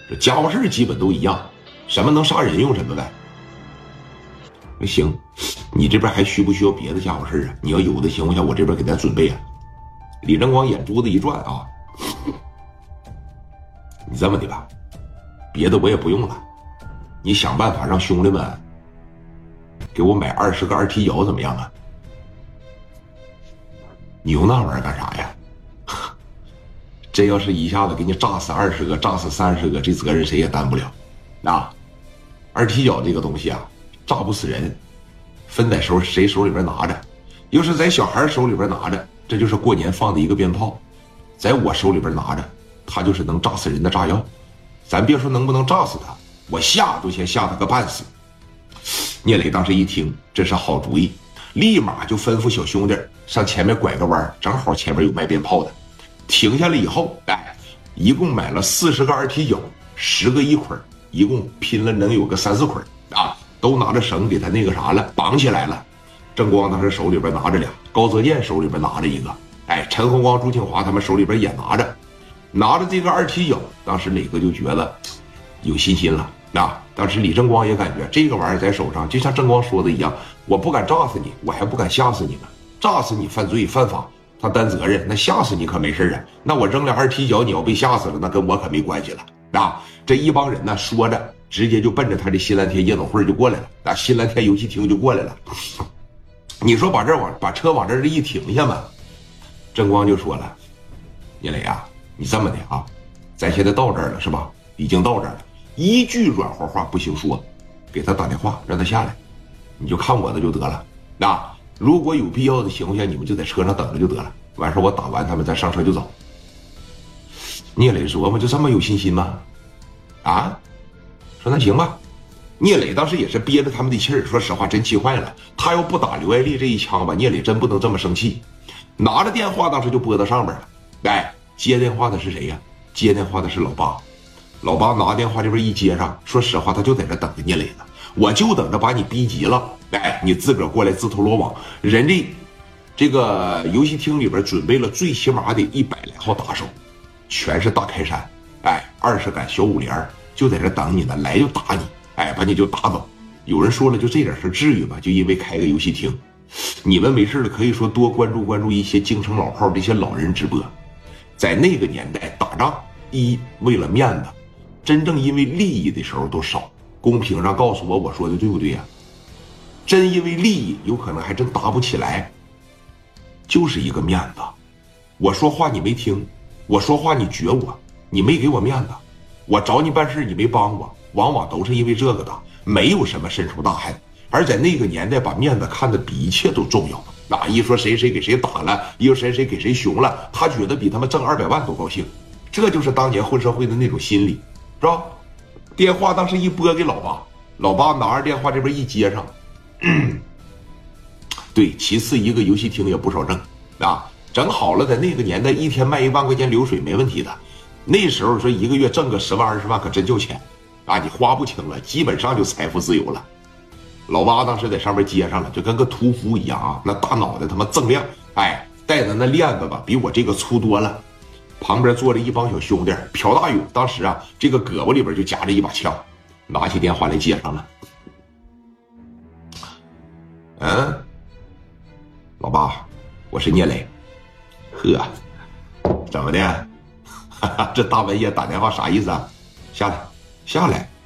这家伙事基本都一样，什么能杀人用什么呗。那行，你这边还需不需要别的家伙事啊？你要有的情况下，我这边给咱准备啊。李正光眼珠子一转啊，你这么的吧，别的我也不用了，你想办法让兄弟们给我买20个二踢脚怎么样啊？你用那玩意儿干啥呀？真要是一下子给你炸死20个，炸死30个，这责任谁也担不了。啊，二踢脚这个东西啊，炸不死人，分在谁手里边拿着。要是在小孩手里边拿着，这就是过年放的一个鞭炮；在我手里边拿着，它就是能炸死人的炸药。咱别说能不能炸死他，我吓都先吓他个半死。聂磊当时一听，这是好主意，立马就吩咐小兄弟上前面拐个弯，正好前面有卖鞭炮的。停下来以后，一共买了40个二踢脚，10个一捆，一共拼了能有个3、4捆啊，都拿着绳给他那个啥了，绑起来了。郑光当时手里边拿着俩，高泽健手里边拿着一个，陈洪光、朱庆华他们手里边也拿着这个二踢脚。当时磊哥就觉得有信心了啊！当时李正光也感觉这个玩意儿在手上，就像正光说的一样，我不敢炸死你，我还不敢吓死你们，炸死你犯罪犯法。他担责任，那吓死你可没事啊。那我扔了二踢脚，你要被吓死了，那跟我可没关系了啊！这一帮人呢，说着直接就奔着他的新蓝天夜总会就过来了，啊，新蓝天游戏厅就过来了。你说把车往这儿一停下嘛？正光就说了：“聂磊啊，你这么的啊，咱现在到这儿了是吧？已经到这儿了，一句软和话不行说，给他打电话让他下来，你就看我的就得了啊。”如果有必要的情况下，你们就在车上等着就得了。完事我打完他们，咱上车就走。聂磊琢磨，就这么有信心吗？啊，说那行吧。聂磊当时也是憋着他们的气儿，说实话真气坏了。他要不打刘爱丽这一枪吧，聂磊真不能这么生气。拿着电话当时就拨到上边了。接电话的是谁呀？接电话的是老八。老八拿电话这边一接上，说实话他就在这等着聂磊呢。我就等着把你逼急了，你自个儿过来自投罗网。人家这个游戏厅里边准备了最起码得100来号打手，全是大开山，20杆小5连，就在这等你呢，来就打你，把你就打走。有人说了，就这点事至于吗？就因为开个游戏厅，你们没事了可以说多关注一些京城老炮这些老人直播。在那个年代打仗，为了面子，真正因为利益的时候都少。公屏上告诉我说的对不对呀？真因为利益，有可能还真打不起来，就是一个面子。我说话你没听，我说话你撅我，你没给我面子，我找你办事你没帮我，往往都是因为这个的，没有什么深仇大恨。而在那个年代，把面子看得比一切都重要。一说谁给谁打了，一说谁给谁熊了，他觉得比他们挣200万都高兴。这就是当年混社会的那种心理，是吧？电话当时一拨给老八，老八拿着电话这边一接上，对，其次一个游戏厅也不少挣啊，整好了，在那个年代一天卖1万块钱流水没问题的。那时候说一个月挣个10万20万可真叫钱啊，你花不清了，基本上就财富自由了。老八当时在上面接上了，就跟个屠夫一样啊，那大脑袋他妈锃亮，带的那链子吧比我这个粗多了。旁边坐着一帮小兄弟，朴大勇当时啊，这个胳膊里边就夹着一把枪，拿起电话来接上了。老八，我是聂磊。呵，怎么的？这大半夜打电话啥意思啊？下来，